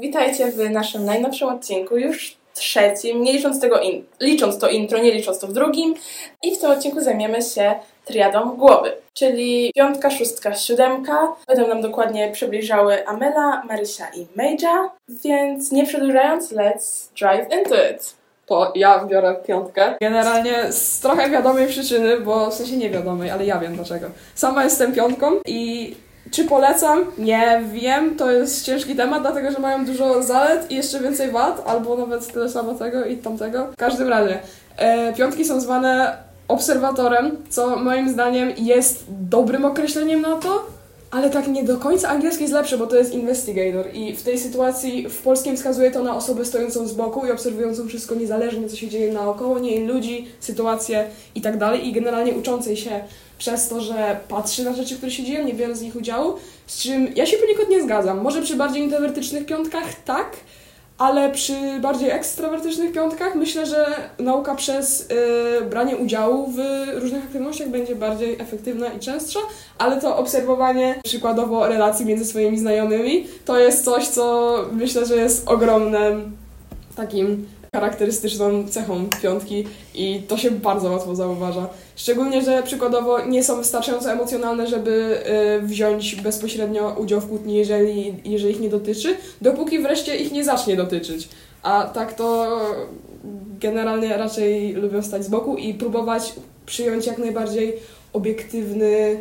Witajcie w naszym najnowszym odcinku, już trzecim, nie licząc to intro, nie licząc to w drugim. I w tym odcinku zajmiemy się triadą głowy, czyli 5, 6, 7. Będą nam dokładnie przybliżały Amela, Marysia i Meja, więc nie przedłużając, let's drive into it. To ja biorę 5. Generalnie z trochę wiadomej przyczyny, bo w sensie niewiadomej, ale ja wiem dlaczego. Sama jestem 5 i czy polecam? Nie wiem, to jest ciężki temat, dlatego że mają dużo zalet i jeszcze więcej wad, albo nawet tyle samo tego i tamtego. W każdym razie, 5 są zwane obserwatorem, co moim zdaniem jest dobrym określeniem na to, ale tak nie do końca. Angielski jest lepsze, bo to jest investigator i w tej sytuacji w polskim wskazuje to na osobę stojącą z boku i obserwującą wszystko niezależnie, co się dzieje naokoło niej, ludzi, sytuacje i tak dalej, i generalnie uczącej się przez to, że patrzy na rzeczy, które się dzieją, nie biorąc z nich udziału, z czym ja się poniekąd nie zgadzam. Może przy bardziej introwertycznych 5 tak, ale przy bardziej ekstrawertycznych 5 myślę, że nauka przez branie udziału w różnych aktywnościach będzie bardziej efektywna i częstsza, ale to obserwowanie przykładowo relacji między swoimi znajomymi to jest coś, co myślę, że jest ogromnym takim charakterystyczną cechą 5 i to się bardzo łatwo zauważa. Szczególnie, że przykładowo nie są wystarczająco emocjonalne, żeby wziąć bezpośrednio udział w kłótni, jeżeli ich nie dotyczy, dopóki wreszcie ich nie zacznie dotyczyć. A tak to generalnie raczej lubią stać z boku i próbować przyjąć jak najbardziej obiektywny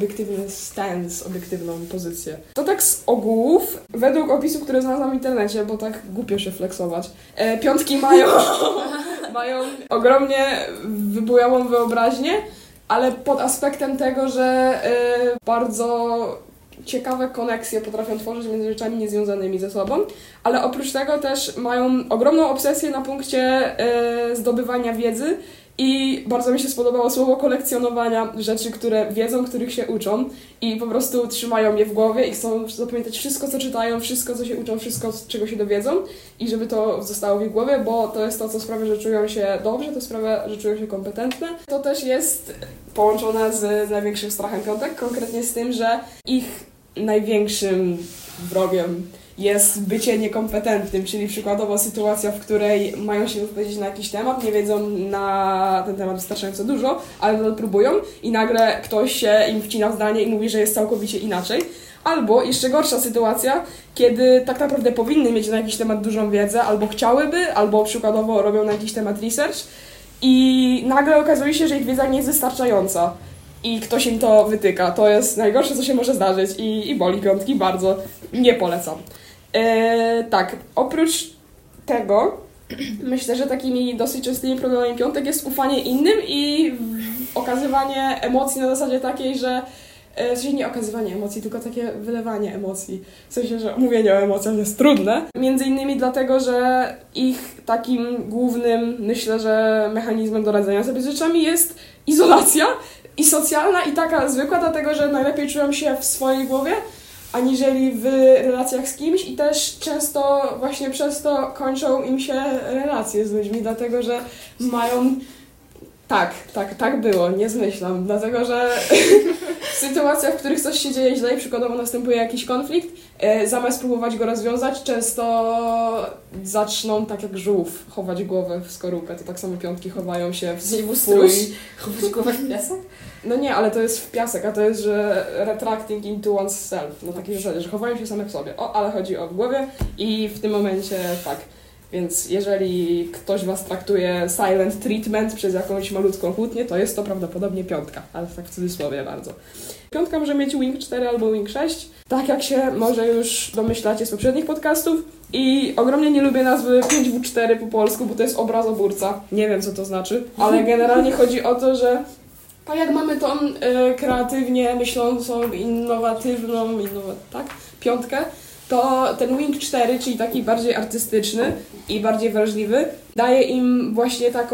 stance, obiektywną pozycję. To tak z ogółów, według opisu, który znalazłam w internecie, bo tak głupio się flexować. 5 mają ogromnie wybujałą wyobraźnię, ale pod aspektem tego, że bardzo ciekawe koneksje potrafią tworzyć między rzeczami niezwiązanymi ze sobą, ale oprócz tego też mają ogromną obsesję na punkcie zdobywania wiedzy. I bardzo mi się spodobało słowo kolekcjonowania rzeczy, które wiedzą, których się uczą i po prostu trzymają je w głowie i chcą zapamiętać wszystko, co czytają, wszystko, co się uczą, wszystko, czego się dowiedzą i żeby to zostało w ich głowie, bo to jest to, co sprawia, że czują się dobrze, to sprawia, że czują się kompetentne. To też jest połączone z największym strachem 5, konkretnie z tym, że ich największym wrogiem jest bycie niekompetentnym, czyli przykładowo sytuacja, w której mają się wypowiedzieć na jakiś temat, nie wiedzą na ten temat wystarczająco dużo, ale nadal próbują i nagle ktoś się im wcina w zdanie i mówi, że jest całkowicie inaczej. Albo jeszcze gorsza sytuacja, kiedy tak naprawdę powinny mieć na jakiś temat dużą wiedzę, albo chciałyby, albo przykładowo robią na jakiś temat research i nagle okazuje się, że ich wiedza nie jest wystarczająca. I ktoś im to wytyka. To jest najgorsze, co się może zdarzyć i boli 5 bardzo. Nie polecam. Tak, oprócz tego myślę, że takimi dosyć częstymi problemami 5 jest ufanie innym i okazywanie emocji na zasadzie takiej, że w sensie nie okazywanie emocji, tylko takie wylewanie emocji. W sensie, że mówienie o emocjach jest trudne. Między innymi dlatego, że ich takim głównym, myślę, że mechanizmem do radzenia sobie z rzeczami jest izolacja i socjalna i taka zwykła, dlatego, że najlepiej czują się w swojej głowie, aniżeli w relacjach z kimś i też często właśnie przez to kończą im się relacje z ludźmi, dlatego, że mają... Tak było, nie zmyślam, dlatego, że w sytuacjach, w których coś się dzieje źle i przykładowo następuje jakiś konflikt, zamiast próbować go rozwiązać, często zaczną tak jak żółw chować głowę w skorupę, to tak samo 5 chowają się w swój... Chować głowę w piasek? No nie, ale to jest w piasek, a to jest, że retracting into oneself, na takiej zasadzie, że chowają się same w sobie. Ale chodzi o w głowie i w tym momencie tak. Więc jeżeli ktoś was traktuje silent treatment przez jakąś malutką kłótnię, to jest to prawdopodobnie 5, ale tak w cudzysłowie bardzo. 5 może mieć wing 4 albo wing 6, tak jak się może już domyślacie z poprzednich podcastów. I ogromnie nie lubię nazwy 5W4 po polsku, bo to jest obrazoburca. Nie wiem, co to znaczy, ale generalnie chodzi o to, że tak jak mamy tą kreatywnie myślącą, innowacyjną 5, to ten wing 4, czyli taki bardziej artystyczny i bardziej wrażliwy, daje im właśnie taką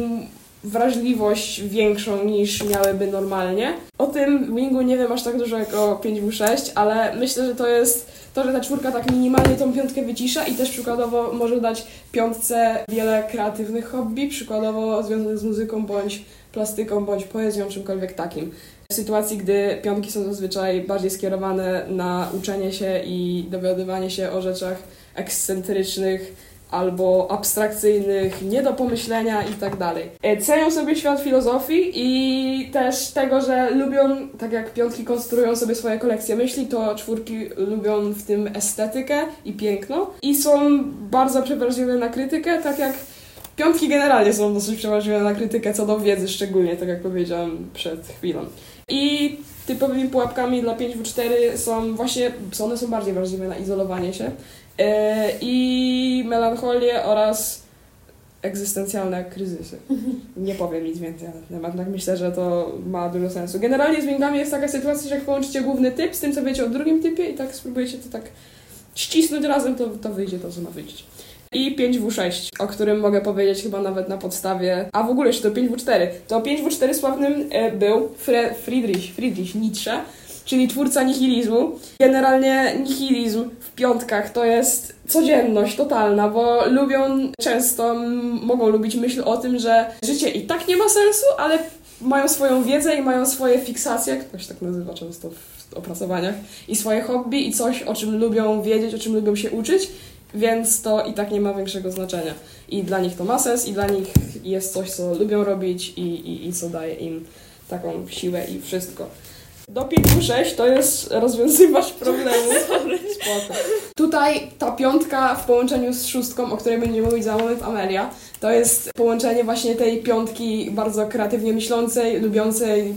wrażliwość większą niż miałyby normalnie. O tym wingu nie wiem aż tak dużo jak o 5W6, ale myślę, że to jest to, że ta 4 tak minimalnie tą 5 wycisza i też przykładowo może dać 5 wiele kreatywnych hobby, przykładowo związanych z muzyką bądź plastyką, bądź poezją, czymkolwiek takim. w sytuacji, gdy piątki są zazwyczaj bardziej skierowane na uczenie się i dowiadywanie się o rzeczach ekscentrycznych albo abstrakcyjnych, nie do pomyślenia i tak dalej. Cenią sobie świat filozofii i też tego, że lubią, tak jak piątki konstruują sobie swoje kolekcje myśli, to czwórki lubią w tym estetykę i piękno i są bardzo przewrażliwe na krytykę, tak jak piątki generalnie są dosyć przewrażliwe na krytykę co do wiedzy szczególnie, tak jak powiedziałam przed chwilą. I typowymi pułapkami dla 5W4 one są bardziej wrażliwe na izolowanie się i melancholię oraz egzystencjalne kryzysy. Nie powiem nic więcej na ten temat, tak myślę, że to ma dużo sensu. Generalnie z wingami jest taka sytuacja, że jak połączycie główny typ z tym, co wiecie o drugim typie i tak spróbujecie to tak ścisnąć razem, to wyjdzie to, co ma wyjść. I 5W6, o którym mogę powiedzieć chyba nawet na podstawie... A w ogóle jeszcze to 5W4. To 5W4 sławnym był Friedrich Nietzsche, czyli twórca nihilizmu. Generalnie nihilizm w piątkach to jest codzienność totalna, bo mogą lubić myśl o tym, że życie i tak nie ma sensu, ale mają swoją wiedzę i mają swoje fiksacje, ktoś tak nazywa często w opracowaniach, i swoje hobby i coś, o czym lubią wiedzieć, o czym lubią się uczyć, więc to i tak nie ma większego znaczenia. I dla nich to ma sens i dla nich jest coś, co lubią robić i co daje im taką siłę i wszystko. Do 5W6 to jest rozwiązywacz problemu. Spoko. Tutaj ta piątka w połączeniu z szóstką, o której będziemy mówić za moment, Amelia, to jest połączenie właśnie tej piątki bardzo kreatywnie myślącej, lubiącej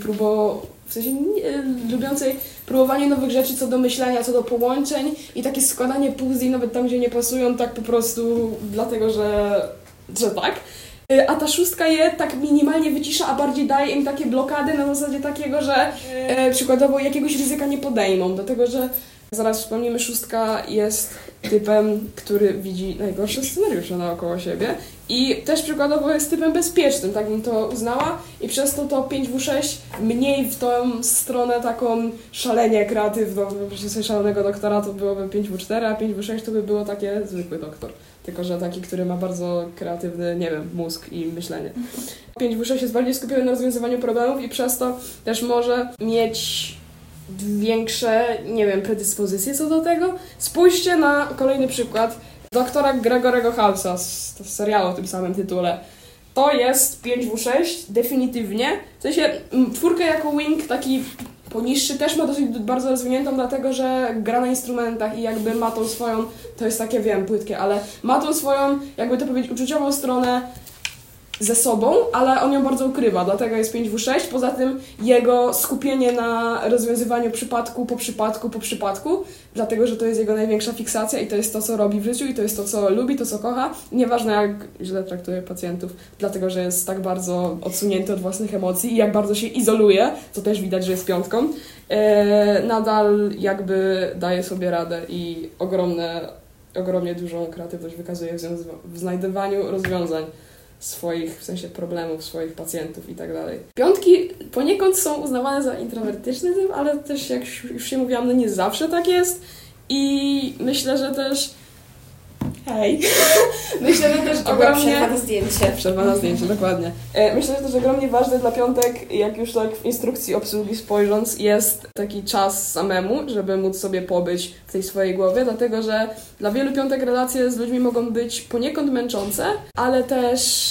próbowanie nowych rzeczy co do myślenia, co do połączeń i takie składanie puzli nawet tam, gdzie nie pasują, tak po prostu dlatego, że tak. A ta szóstka je tak minimalnie wycisza, a bardziej daje im takie blokady na zasadzie takiego, że przykładowo jakiegoś ryzyka nie podejmą, dlatego że zaraz wspomnimy, szóstka jest typem, który widzi najgorsze scenariusze naokoło siebie i też przykładowo jest typem bezpiecznym, tak bym to uznała i przez to 5W6 mniej w tą stronę taką szalenie kreatywną, właśnie sobie szalonego doktora to byłoby 5W4, a 5W6 to by było takie zwykły doktor. Tylko że taki, który ma bardzo kreatywny, mózg i myślenie. 5W6 jest bardziej skupiony na rozwiązywaniu problemów i przez to też może mieć większe, predyspozycje co do tego. Spójrzcie na kolejny przykład doktora Gregorego Halsa z serialu o tym samym tytule. To jest 5W6 definitywnie. W sensie czwórkę jako wing taki poniższy też ma dosyć bardzo rozwiniętą, dlatego że gra na instrumentach i jakby ma tą swoją, to jest takie płytkie, ale ma tą swoją, jakby to powiedzieć, uczuciową stronę ze sobą, ale on ją bardzo ukrywa, dlatego jest 5W6. Poza tym jego skupienie na rozwiązywaniu przypadku po przypadku, dlatego że to jest jego największa fiksacja i to jest to, co robi w życiu i to jest to, co lubi, to, co kocha. Nieważne, jak źle traktuje pacjentów, dlatego że jest tak bardzo odsunięty od własnych emocji i jak bardzo się izoluje, co też widać, że jest piątką, nadal jakby daje sobie radę i ogromnie dużą kreatywność wykazuje w znajdowaniu rozwiązań swoich, w sensie problemów, swoich pacjentów i tak dalej. Piątki poniekąd są uznawane za introwertyczny typ, ale też, jak już się mówiłam, nie zawsze tak jest i myślę, że też myślę, że też ogromnie... Przerwa na zdjęcie, dokładnie. Myślę, że też ogromnie ważne dla piątek, jak już tak w instrukcji obsługi spojrząc, jest taki czas samemu, żeby móc sobie pobyć w tej swojej głowie, dlatego że dla wielu piątek relacje z ludźmi mogą być poniekąd męczące, ale też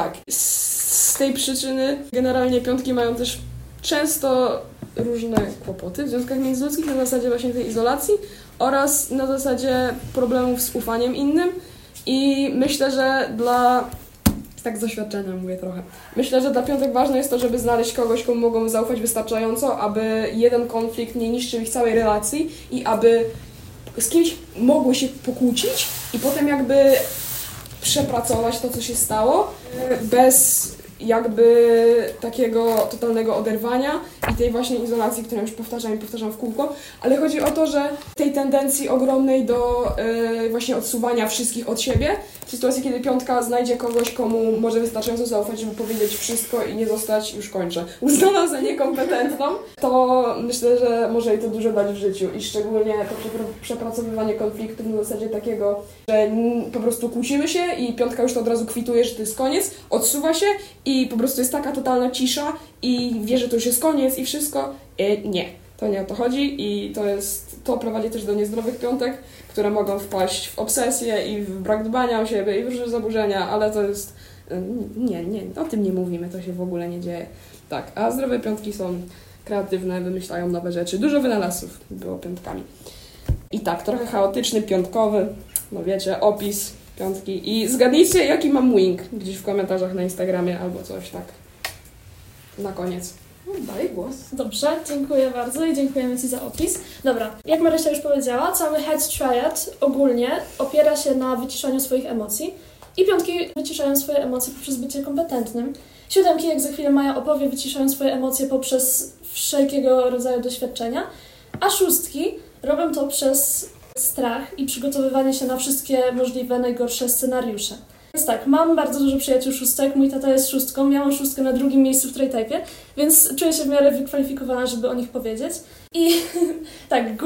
z tej przyczyny generalnie piątki mają też często różne kłopoty w związkach międzyludzkich na zasadzie właśnie tej izolacji oraz na zasadzie problemów z ufaniem innym i myślę, że tak z doświadczenia mówię trochę. Myślę, że dla piątek ważne jest to, żeby znaleźć kogoś, komu mogą zaufać wystarczająco, aby jeden konflikt nie niszczył ich całej relacji i aby z kimś mogły się pokłócić i potem jakby przepracować to, co się stało, bez jakby takiego totalnego oderwania i tej właśnie izolacji, którą już powtarzam w kółko, ale chodzi o to, że tej tendencji ogromnej do właśnie odsuwania wszystkich od siebie, w sytuacji, kiedy piątka znajdzie kogoś, komu może wystarczająco zaufać, żeby powiedzieć wszystko i nie zostać, już kończę, uznana za niekompetentną, to myślę, że może jej to dużo dać w życiu i szczególnie to przepracowywanie konfliktów na zasadzie takiego, że po prostu kłócimy się i piątka już to od razu kwituje, że to jest koniec, odsuwa się i po prostu jest taka totalna cisza i wie, że to już jest koniec i wszystko. Nie, to nie o to chodzi i to prowadzi też do niezdrowych piątek, które mogą wpaść w obsesję i w brak dbania o siebie i w różne zaburzenia, ale to jest... Nie, o tym nie mówimy, to się w ogóle nie dzieje. Tak, a zdrowe piątki są kreatywne, wymyślają nowe rzeczy. Dużo wynalazków było piątkami. I tak, trochę chaotyczny, piątkowy, no wiecie, opis piątki. I zgadnijcie, jaki mam wing gdzieś w komentarzach na Instagramie albo coś tak. Na koniec. Daj głos. Dobrze, dziękuję bardzo i dziękujemy Ci za opis. Dobra, jak Marysia już powiedziała, cały Head Triad ogólnie opiera się na wyciszaniu swoich emocji i piątki wyciszają swoje emocje poprzez bycie kompetentnym. Siódemki, jak za chwilę Maja opowie, wyciszają swoje emocje poprzez wszelkiego rodzaju doświadczenia, a szóstki robią to przez strach i przygotowywanie się na wszystkie możliwe najgorsze scenariusze. Więc tak, mam bardzo dużo przyjaciół szóstek, mój tata jest szóstką, miałam szóstkę na drugim miejscu w Tray-Type'ie, więc czuję się w miarę wykwalifikowana, żeby o nich powiedzieć. I tak,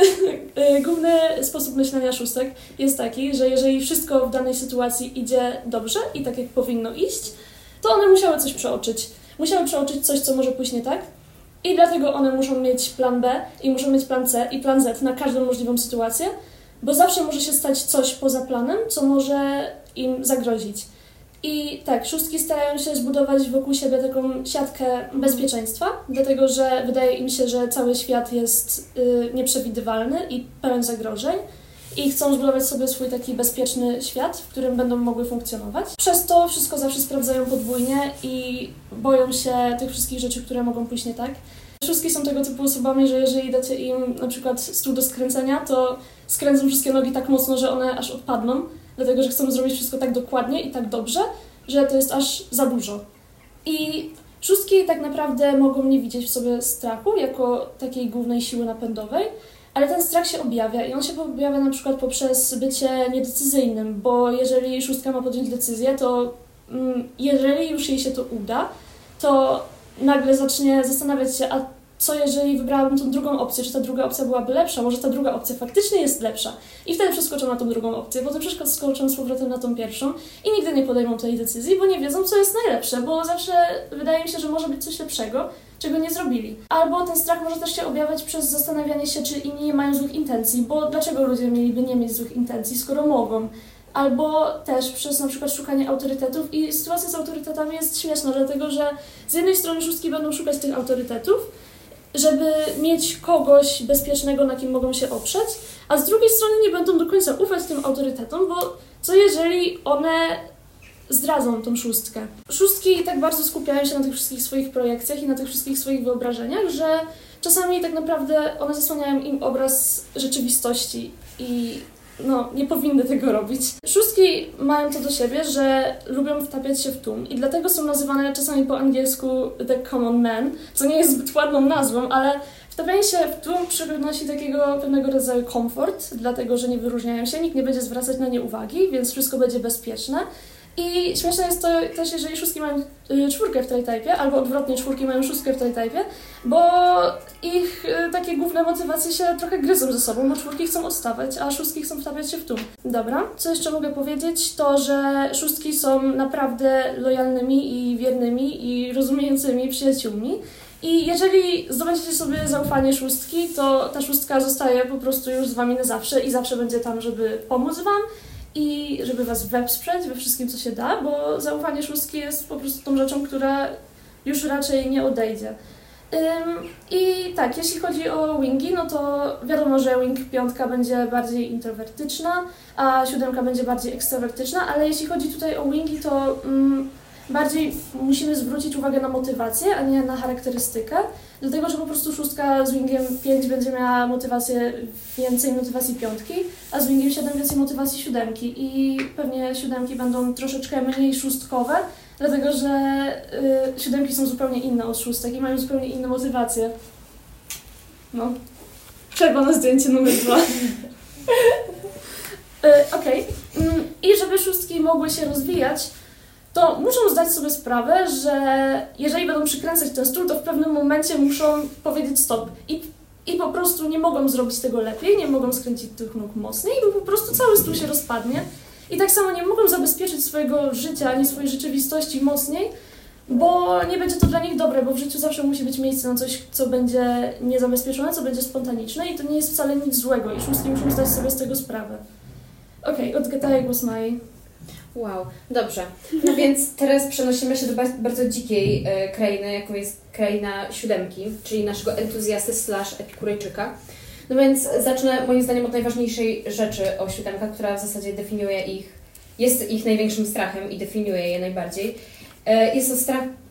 główny sposób myślenia szóstek jest taki, że jeżeli wszystko w danej sytuacji idzie dobrze i tak jak powinno iść, to one musiały coś przeoczyć. Musiały przeoczyć coś, co może pójść nie tak i dlatego one muszą mieć plan B i muszą mieć plan C i plan Z na każdą możliwą sytuację, bo zawsze może się stać coś poza planem, co może im zagrozić. I tak, szóstki starają się zbudować wokół siebie taką siatkę bezpieczeństwa, dlatego że wydaje im się, że cały świat jest nieprzewidywalny i pełen zagrożeń i chcą zbudować sobie swój taki bezpieczny świat, w którym będą mogły funkcjonować. Przez to wszystko zawsze sprawdzają podwójnie i boją się tych wszystkich rzeczy, które mogą pójść nie tak. Szóstki są tego typu osobami, że jeżeli dacie im na przykład stół do skręcenia, to skręcą wszystkie nogi tak mocno, że one aż odpadną, dlatego że chcą zrobić wszystko tak dokładnie i tak dobrze, że to jest aż za dużo. I szóstki tak naprawdę mogą nie widzieć w sobie strachu jako takiej głównej siły napędowej, ale ten strach się objawia i on się objawia na przykład poprzez bycie niedecyzyjnym, bo jeżeli szóstka ma podjąć decyzję, to jeżeli już jej się to uda, to nagle zacznie zastanawiać się, a co jeżeli wybrałabym tą drugą opcję, czy ta druga opcja byłaby lepsza, może ta druga opcja faktycznie jest lepsza i wtedy przeskoczą na tą drugą opcję, potem przeskoczą z powrotem na tą pierwszą i nigdy nie podejmą tej decyzji, bo nie wiedzą, co jest najlepsze, bo zawsze wydaje mi się, że może być coś lepszego, czego nie zrobili. Albo ten strach może też się objawiać przez zastanawianie się, czy inni nie mają złych intencji, bo dlaczego ludzie mieliby nie mieć złych intencji, skoro mogą. Albo też przez na przykład szukanie autorytetów i sytuacja z autorytetami jest śmieszna, dlatego że z jednej strony szóstki będą szukać tych autorytetów, żeby mieć kogoś bezpiecznego, na kim mogą się oprzeć, a z drugiej strony nie będą do końca ufać tym autorytetom, bo co jeżeli one zdradzą tą szóstkę? Szóstki tak bardzo skupiają się na tych wszystkich swoich projekcjach i na tych wszystkich swoich wyobrażeniach, że czasami tak naprawdę one zasłaniają im obraz rzeczywistości i nie powinny tego robić. Szóstki mają to do siebie, że lubią wtapiać się w tłum i dlatego są nazywane czasami po angielsku the common man, co nie jest zbyt ładną nazwą, ale wtapianie się w tłum przynosi takiego pewnego rodzaju komfort, dlatego że nie wyróżniają się, nikt nie będzie zwracać na nie uwagi, więc wszystko będzie bezpieczne. I śmieszne jest to też, jeżeli szóstki mają czwórkę w Tray-Type'ie, albo odwrotnie, czwórki mają szóstkę w Tray-Type'ie, bo ich takie główne motywacje się trochę gryzą ze sobą, bo czwórki chcą odstawać, a szóstki chcą wtapiać się w tłum. Dobra, co jeszcze mogę powiedzieć, to że szóstki są naprawdę lojalnymi i wiernymi i rozumiejącymi przyjaciółmi. I jeżeli zdobędziecie sobie zaufanie szóstki, to ta szóstka zostaje po prostu już z wami na zawsze i zawsze będzie tam, żeby pomóc wam i żeby was wesprzeć we wszystkim, co się da, bo zaufanie szóstki jest po prostu tą rzeczą, która już raczej nie odejdzie. I tak, jeśli chodzi o wingi, no to wiadomo, że wing piątka będzie bardziej introwertyczna, a siódemka będzie bardziej ekstrawertyczna, ale jeśli chodzi tutaj o wingi, to bardziej musimy zwrócić uwagę na motywację, a nie na charakterystykę, dlatego że po prostu szóstka z wingiem 5 będzie miała więcej motywacji piątki, a z wingiem 7 więcej motywacji siódemki i pewnie siódemki będą troszeczkę mniej szóstkowe, dlatego że siódemki są zupełnie inne od szóstek i mają zupełnie inne motywacje. No, przerwa na zdjęcie numer 2. Okej. I żeby szóstki mogły się rozwijać, to muszą zdać sobie sprawę, że jeżeli będą przykręcać ten stół, to w pewnym momencie muszą powiedzieć stop. I po prostu nie mogą zrobić tego lepiej, nie mogą skręcić tych nóg mocniej, bo po prostu cały stół się rozpadnie. I tak samo nie mogą zabezpieczyć swojego życia ani swojej rzeczywistości mocniej, bo nie będzie to dla nich dobre, bo w życiu zawsze musi być miejsce na coś, co będzie niezabezpieczone, co będzie spontaniczne i to nie jest wcale nic złego i szóstki muszą zdać sobie z tego sprawę. Okej, oddaję głos Mai. Wow, dobrze. No więc teraz przenosimy się do bardzo dzikiej krainy, jaką jest kraina siódemki, czyli naszego entuzjasty / epikurejczyka. No więc zacznę moim zdaniem od najważniejszej rzeczy o siódemkach, która w zasadzie definiuje ich, jest ich największym strachem i definiuje je najbardziej. Jest to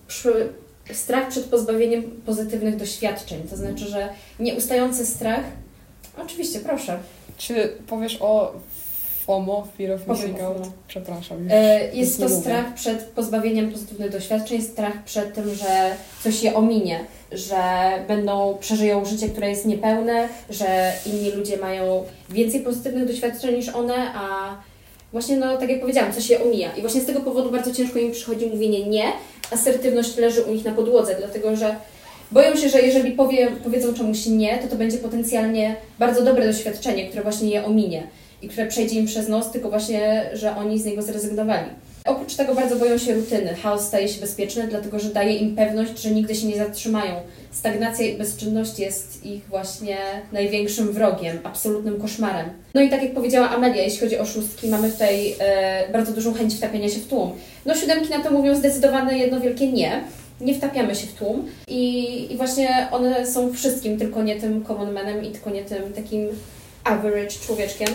strach przed pozbawieniem pozytywnych doświadczeń, to znaczy, że nieustający strach... Oczywiście, proszę. Czy powiesz o FOMO, Fear of Missing Out? FOMO. Przepraszam. Jest to strach przed pozbawieniem pozytywnych doświadczeń, strach przed tym, że coś je ominie, że przeżyją życie, które jest niepełne, że inni ludzie mają więcej pozytywnych doświadczeń niż one, a właśnie, no tak jak powiedziałam, coś je omija. I właśnie z tego powodu bardzo ciężko im przychodzi mówienie nie. Asertywność leży u nich na podłodze, dlatego że boją się, że jeżeli powiedzą czemuś nie, to będzie potencjalnie bardzo dobre doświadczenie, które właśnie je ominie i które przejdzie im przez nos, tylko właśnie, że oni z niego zrezygnowali. Oprócz tego bardzo boją się rutyny. Chaos staje się bezpieczny, dlatego że daje im pewność, że nigdy się nie zatrzymają. Stagnacja i bezczynność jest ich właśnie największym wrogiem, absolutnym koszmarem. No i tak jak powiedziała Amelia, jeśli chodzi o szóstki, mamy tutaj bardzo dużą chęć wtapiania się w tłum. No siódemki na to mówią zdecydowane jedno wielkie nie. Nie wtapiamy się w tłum i właśnie one są wszystkim, tylko nie tym common manem i tylko nie tym takim average człowieczkiem.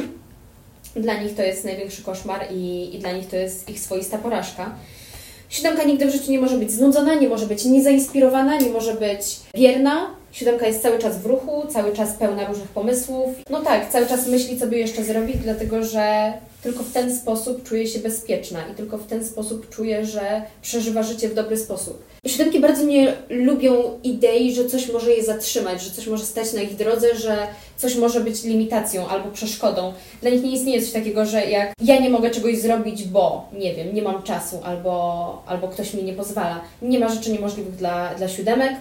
Dla nich to jest największy koszmar i dla nich to jest ich swoista porażka. Siódemka nigdy w życiu nie może być znudzona, nie może być niezainspirowana, nie może być bierna. Siódemka jest cały czas w ruchu, cały czas pełna różnych pomysłów. No tak, cały czas myśli, co by jeszcze zrobić, dlatego że tylko w ten sposób czuje się bezpieczna i tylko w ten sposób czuje, że przeżywa życie w dobry sposób. Siódemki bardzo nie lubią idei, że coś może je zatrzymać, że coś może stać na ich drodze, że coś może być limitacją albo przeszkodą. Dla nich nie istnieje coś takiego, że jak ja nie mogę czegoś zrobić, bo nie wiem, nie mam czasu albo ktoś mi nie pozwala. Nie ma rzeczy niemożliwych dla siódemek.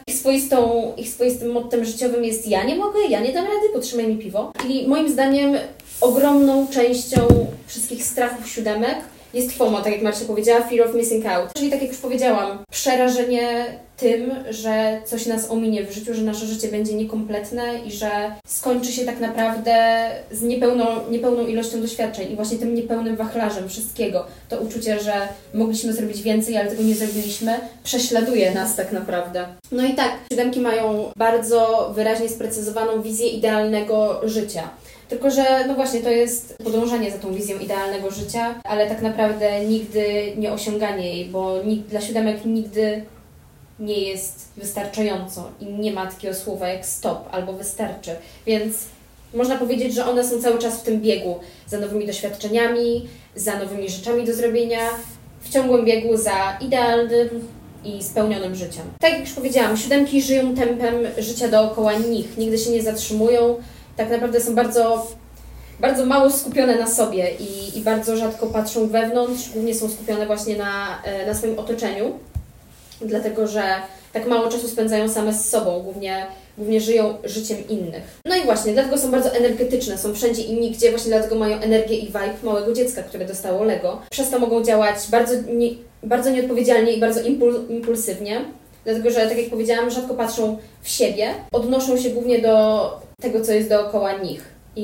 Ich swoistym mottem życiowym jest ja nie mogę, ja nie dam rady, potrzymaj mi piwo. I moim zdaniem ogromną częścią wszystkich strachów siódemek jest FOMO, tak jak Marcia powiedziała, Fear of Missing Out. Czyli tak jak już powiedziałam, przerażenie tym, że coś nas ominie w życiu, że nasze życie będzie niekompletne i że skończy się tak naprawdę z niepełną ilością doświadczeń i właśnie tym niepełnym wachlarzem wszystkiego. To uczucie, że mogliśmy zrobić więcej, ale tego nie zrobiliśmy, prześladuje nas tak naprawdę. No i tak, siódemki mają bardzo wyraźnie sprecyzowaną wizję idealnego życia. Tylko że, no właśnie, to jest podążanie za tą wizją idealnego życia, ale tak naprawdę nigdy nie osiąganie jej, bo dla siódemek nigdy nie jest wystarczająco i nie ma takiego słowa jak stop albo wystarczy. Więc można powiedzieć, że one są cały czas w tym biegu za nowymi doświadczeniami, za nowymi rzeczami do zrobienia, w ciągłym biegu za idealnym i spełnionym życiem. Tak jak już powiedziałam, siódemki żyją tempem życia dookoła nich, nigdy się nie zatrzymują. Tak naprawdę są bardzo mało skupione na sobie i bardzo rzadko patrzą wewnątrz, głównie są skupione właśnie na swoim otoczeniu, dlatego że tak mało czasu spędzają same z sobą, głównie żyją życiem innych. No i właśnie, dlatego są bardzo energetyczne, są wszędzie i nigdzie, właśnie dlatego mają energię i vibe małego dziecka, które dostało Lego. Przez to mogą działać bardzo nieodpowiedzialnie i bardzo impulsywnie, dlatego że, tak jak powiedziałam, rzadko patrzą w siebie, odnoszą się głównie do tego, co jest dookoła nich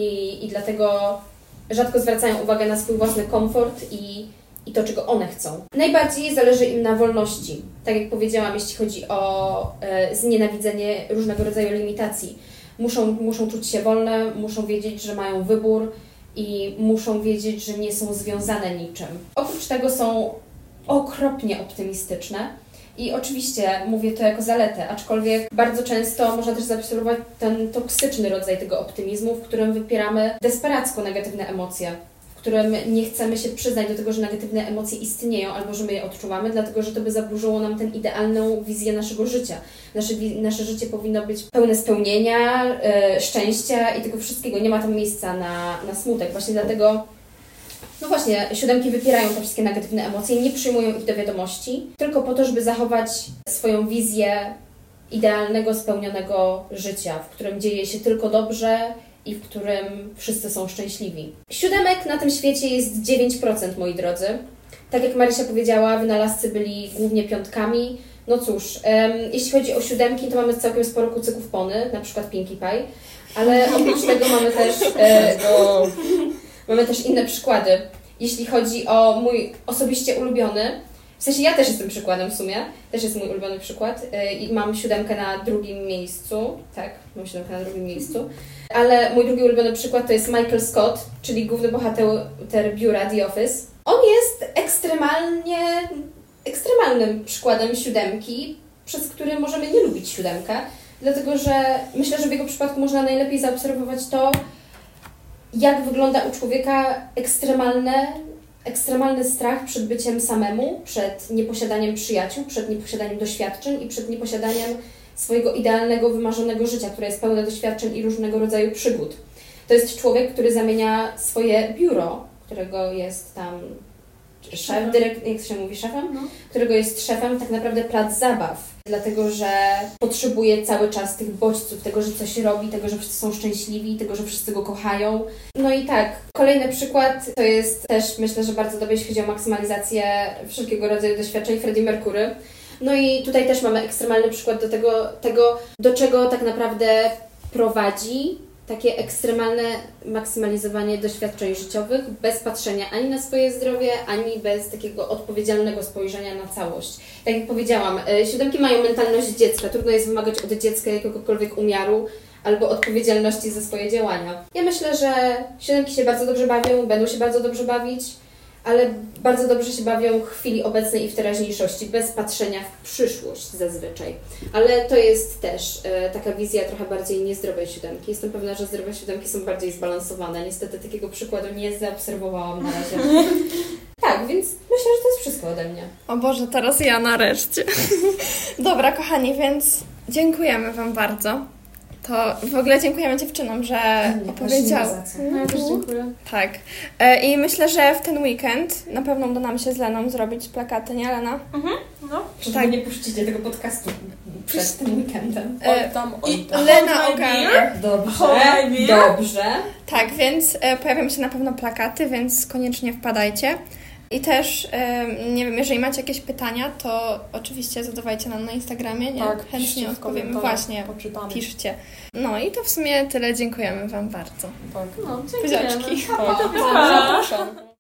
i dlatego rzadko zwracają uwagę na swój własny komfort i to, czego one chcą. Najbardziej zależy im na wolności. Tak jak powiedziałam, jeśli chodzi o znienawidzenie różnego rodzaju limitacji. Muszą czuć się wolne, muszą wiedzieć, że mają wybór i muszą wiedzieć, że nie są związane niczym. Oprócz tego są okropnie optymistyczne. I oczywiście mówię to jako zaletę, aczkolwiek bardzo często można też zaobserwować ten toksyczny rodzaj tego optymizmu, w którym wypieramy desperacko negatywne emocje, w którym nie chcemy się przyznać do tego, że negatywne emocje istnieją albo że my je odczuwamy, dlatego że to by zaburzyło nam tę idealną wizję naszego życia. Nasze życie powinno być pełne spełnienia, szczęścia i tego wszystkiego. Nie ma tam miejsca na smutek. Właśnie dlatego no właśnie, siódemki wypierają te wszystkie negatywne emocje, nie przyjmują ich do wiadomości, tylko po to, żeby zachować swoją wizję idealnego, spełnionego życia, w którym dzieje się tylko dobrze i w którym wszyscy są szczęśliwi. Siódemek na tym świecie jest 9%, moi drodzy. Tak jak Marysia powiedziała, wynalazcy byli głównie piątkami. No cóż, jeśli chodzi o siódemki, to mamy całkiem sporo kucyków pony, na przykład Pinkie Pie, ale oprócz tego mamy też inne przykłady. Jeśli chodzi o mój osobiście ulubiony, w sensie ja też jestem przykładem w sumie, też jest mój ulubiony przykład i mam siódemkę na drugim miejscu, tak, mam siódemkę na drugim miejscu, ale mój drugi ulubiony przykład to jest Michael Scott, czyli główny bohater biura The Office. On jest ekstremalnym przykładem siódemki, przez który możemy nie lubić siódemkę, dlatego że myślę, że w jego przypadku można najlepiej zaobserwować to, jak wygląda u człowieka ekstremalny strach przed byciem samemu, przed nieposiadaniem przyjaciół, przed nieposiadaniem doświadczeń i przed nieposiadaniem swojego idealnego, wymarzonego życia, które jest pełne doświadczeń i różnego rodzaju przygód. To jest człowiek, który zamienia swoje biuro, którego jest tam szef, jak to się mówi, szefem? No. Którego jest szefem, tak naprawdę plac zabaw, dlatego że potrzebuje cały czas tych bodźców, tego, że coś robi, tego, że wszyscy są szczęśliwi, tego, że wszyscy go kochają. No i tak, kolejny przykład to jest też, myślę, że bardzo dobry, jeśli chodzi o maksymalizację wszelkiego rodzaju doświadczeń, Freddie Mercury. No i tutaj też mamy ekstremalny przykład tego, do czego tak naprawdę prowadzi takie ekstremalne maksymalizowanie doświadczeń życiowych bez patrzenia ani na swoje zdrowie, ani bez takiego odpowiedzialnego spojrzenia na całość. Tak jak powiedziałam, siódemki mają mentalność dziecka. Trudno jest wymagać od dziecka jakiegokolwiek umiaru albo odpowiedzialności za swoje działania. Ja myślę, że siódemki się bardzo dobrze bawią, będą się bardzo dobrze bawić, ale bardzo dobrze się bawią w chwili obecnej i w teraźniejszości, bez patrzenia w przyszłość zazwyczaj. Ale to jest też taka wizja trochę bardziej niezdrowej siódemki. Jestem pewna, że zdrowe siódemki są bardziej zbalansowane. Niestety takiego przykładu nie zaobserwowałam na razie. Tak, więc myślę, że to jest wszystko ode mnie. O Boże, teraz ja nareszcie. Dobra, kochani, więc dziękujemy Wam bardzo. To w ogóle dziękujemy dziewczynom, że opowiedziały. No ja też dziękuję. Tak. I myślę, że w ten weekend na pewno uda nam się z Leną zrobić plakaty, nie Lena? No. Czy tak. Nie puścicie tego podcastu przed tym weekendem? Lena ogarnia. Dobrze. Tak, więc pojawią się na pewno plakaty, więc koniecznie wpadajcie. I też, nie wiem, jeżeli macie jakieś pytania, to oczywiście zadawajcie nam na Instagramie, nie? Tak, chętnie odpowiemy. Właśnie, poczytamy. Piszcie. No i to w sumie tyle. Dziękujemy Wam bardzo. Tak. No, dziękujemy. Buziaczki. Zapraszam.